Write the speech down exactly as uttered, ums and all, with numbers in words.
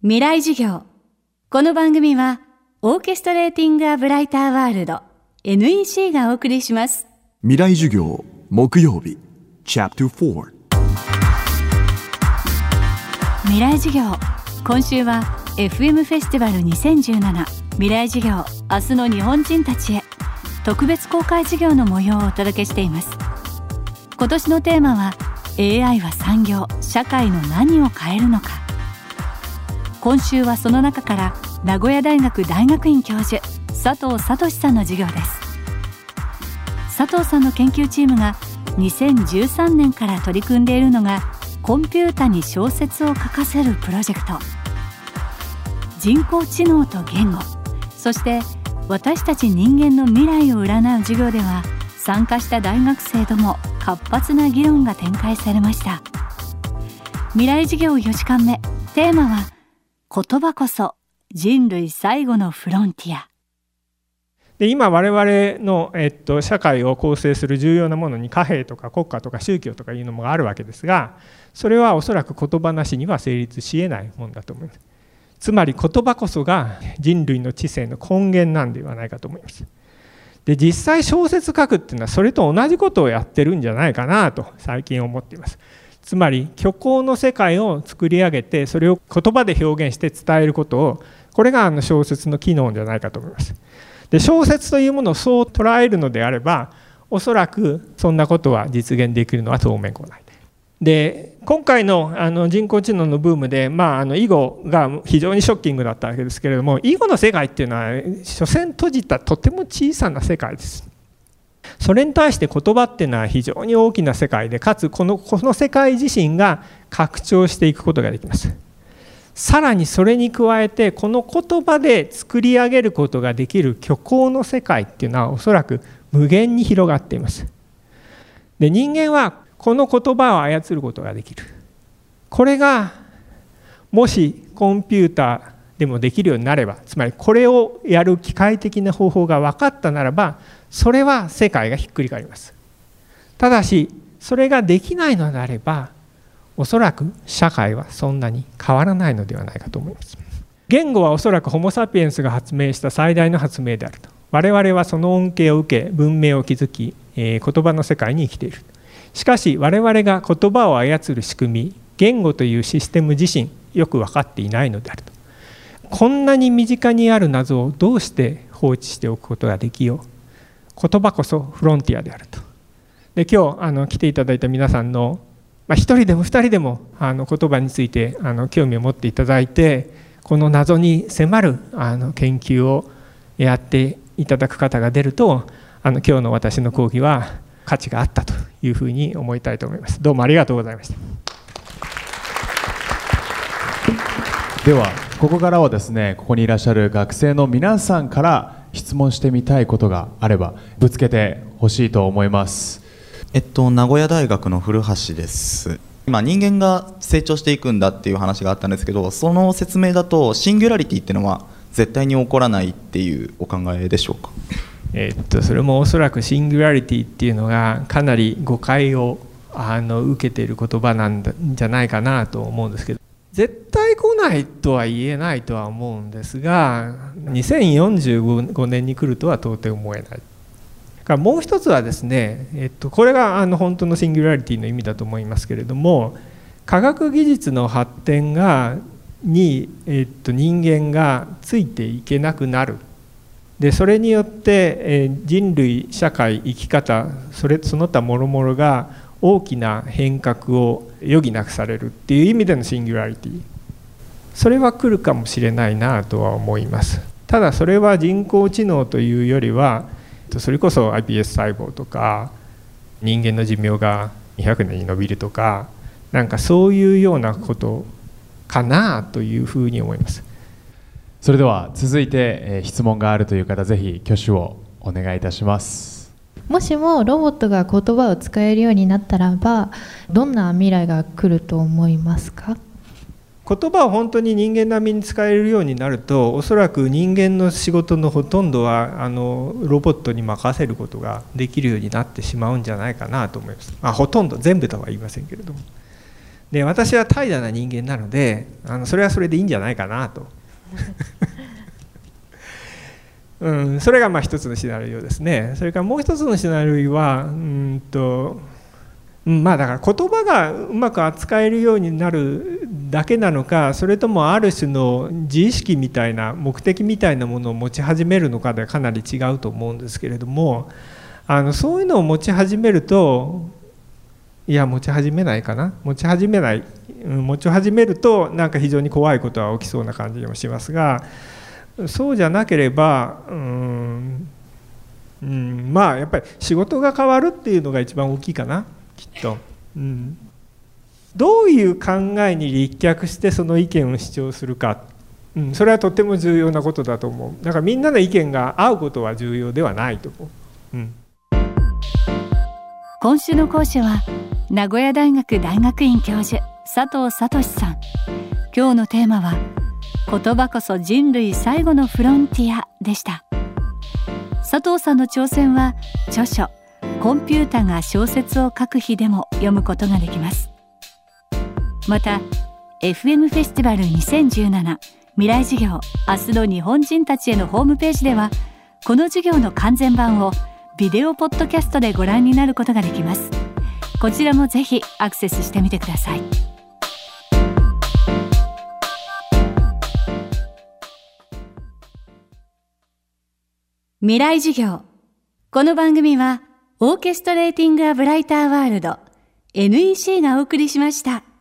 未来授業。この番組はオーケストレーティングアブライターワールド エヌイーシー がお送りします。 未来授業木曜日チャプターよん。 未来授業。今週は エフエム フェスティバルにせんじゅうなな未来授業明日の日本人たちへ特別公開授業の模様をお届けしています。今年のテーマは エーアイ は産業・社会の何を変えるのか。今週はその中から名古屋大学大学院教授佐藤聡さんの授業です。佐藤さんの研究チームがにせんじゅうさんねんから取り組んでいるのがコンピュータに小説を書かせるプロジェクト。人工知能と言語、そして私たち人間の未来を占う授業では参加した大学生とも活発な議論が展開されました。未来授業よじかんめ、テーマは言葉こそ人類最後のフロンティア。 で今我々の、えっと、社会を構成する重要なものに貨幣とか国家とか宗教とかいうのもあるわけですが、それはおそらく言葉なしには成立しえないものだと思います。つまり言葉こそが人類の知性の根源なんではないかと思います。で実際小説書くっていうのはそれと同じことをやってるんじゃないかなと最近思っています。つまり虚構の世界を作り上げてそれを言葉で表現して伝えることを、これがあの小説の機能じゃないかと思います。で小説というものをそう捉えるのであれば、おそらくそんなことは実現できるのは当面来ない。で今回 の, あの人工知能のブームで、まあ、あの囲碁が非常にショッキングだったわけですけれども、囲碁の世界っていうのは所詮閉じたとても小さな世界です。それに対して言葉っていうのは非常に大きな世界で、かつこの、この世界自身が拡張していくことができます。さらにそれに加えてこの言葉で作り上げることができる虚構の世界っていうのはおそらく無限に広がっています。で人間はこの言葉を操ることができる。これがもしコンピューターでもできるようになれば、つまりこれをやる機械的な方法が分かったならば、それは世界がひっくり返ります。ただしそれができないのであれば、おそらく社会はそんなに変わらないのではないかと思います。言語はおそらくホモ・サピエンスが発明した最大の発明であると。我々はその恩恵を受け文明を築き、えー、言葉の世界に生きている。しかし我々が言葉を操る仕組み、言語というシステム自身よく分かっていないのであると。こんなに身近にある謎をどうして放置しておくことができよう。言葉こそフロンティアであると。で今日あの来ていただいた皆さんの、まあ、一人でも二人でもあの言葉についてあの興味を持っていただいて、この謎に迫るあの研究をやっていただく方が出ると、あの今日の私の講義は価値があったというふうに思いたいと思います。どうもありがとうございました。 ではここからはですね、ここにいらっしゃる学生の皆さんから質問してみたいことがあればぶつけてほしいと思います。 えっと名古屋大学の古橋です。今人間が成長していくんだっていう話があったんですけど、その説明だとシンギュラリティっていうのは絶対に起こらないっていうお考えでしょうか。 えっとそれもおそらくシンギュラリティっていうのがかなり誤解をあの受けている言葉なんじゃないかなと思うんですけど、絶対来ないとは言えないとは思うんですが、にせんよんじゅうごねんに来るとは到底思えない。からもう一つはですね、えっと、これがあの本当のシンギュラリティの意味だと思いますけれども、科学技術の発展がに、えっと、人間がついていけなくなる。でそれによって、えー、人類社会生き方それその他諸々が大きな変革を余儀なくされるっていう意味でのシンギュラリティ、それは来るかもしれないなとは思います。ただそれは人工知能というよりは、それこそ アイピーエス 細胞とか人間の寿命がにひゃくねんに延びるとか、なんかそういうようなことかなというふうに思います。 それでは続いて、えー、質問があるという方、ぜひ挙手をお願いいたします。 もしもロボットが言葉を使えるようになったらば、どんな未来が来ると思いますか？ 言葉を本当に人間並みに使えるようになると、おそらく人間の仕事のほとんどはあのロボットに任せることができるようになってしまうんじゃないかなと思います。まあ、ほとんど全部とは言いませんけれども。 で私は怠惰な人間なので、あのそれはそれでいいんじゃないかなと、うん、それがまあ一つのシナリオですね。それからもう一つのシナリオはうんと、うん、まあだから言葉がうまく扱えるようになるだけなのか、それともある種の自意識みたいな目的みたいなものを持ち始めるのかでかなり違うと思うんですけれども、あのそういうのを持ち始めると、いや持ち始めないかな持ち始めない、うん、持ち始めるとなんか非常に怖いことは起きそうな感じもしますが、そうじゃなければうーん、うん、まあやっぱり仕事が変わるっていうのが一番大きいかなきっと、うん、どういう考えに立脚してその意見を主張するか、うん、それはとても重要なことだと思う。だからみんなの意見が合うことは重要ではないと思う、うん、 今週の講師は名古屋大学大学院教授佐藤聡さん。今日のテーマは言葉こそ人類最後のフロンティアでした。佐藤さんの挑戦は著書コンピュータが小説を書く日でも読むことができます。また エフエム フェスティバルにせんじゅうなな未来授業明日の日本人たちへのホームページでは、この授業の完全版をビデオポッドキャストでご覧になることができます。こちらもぜひアクセスしてみてください。未来授業。この番組はオーケストレーティング・ア・ブライター・ワールド エヌイーシー がお送りしました。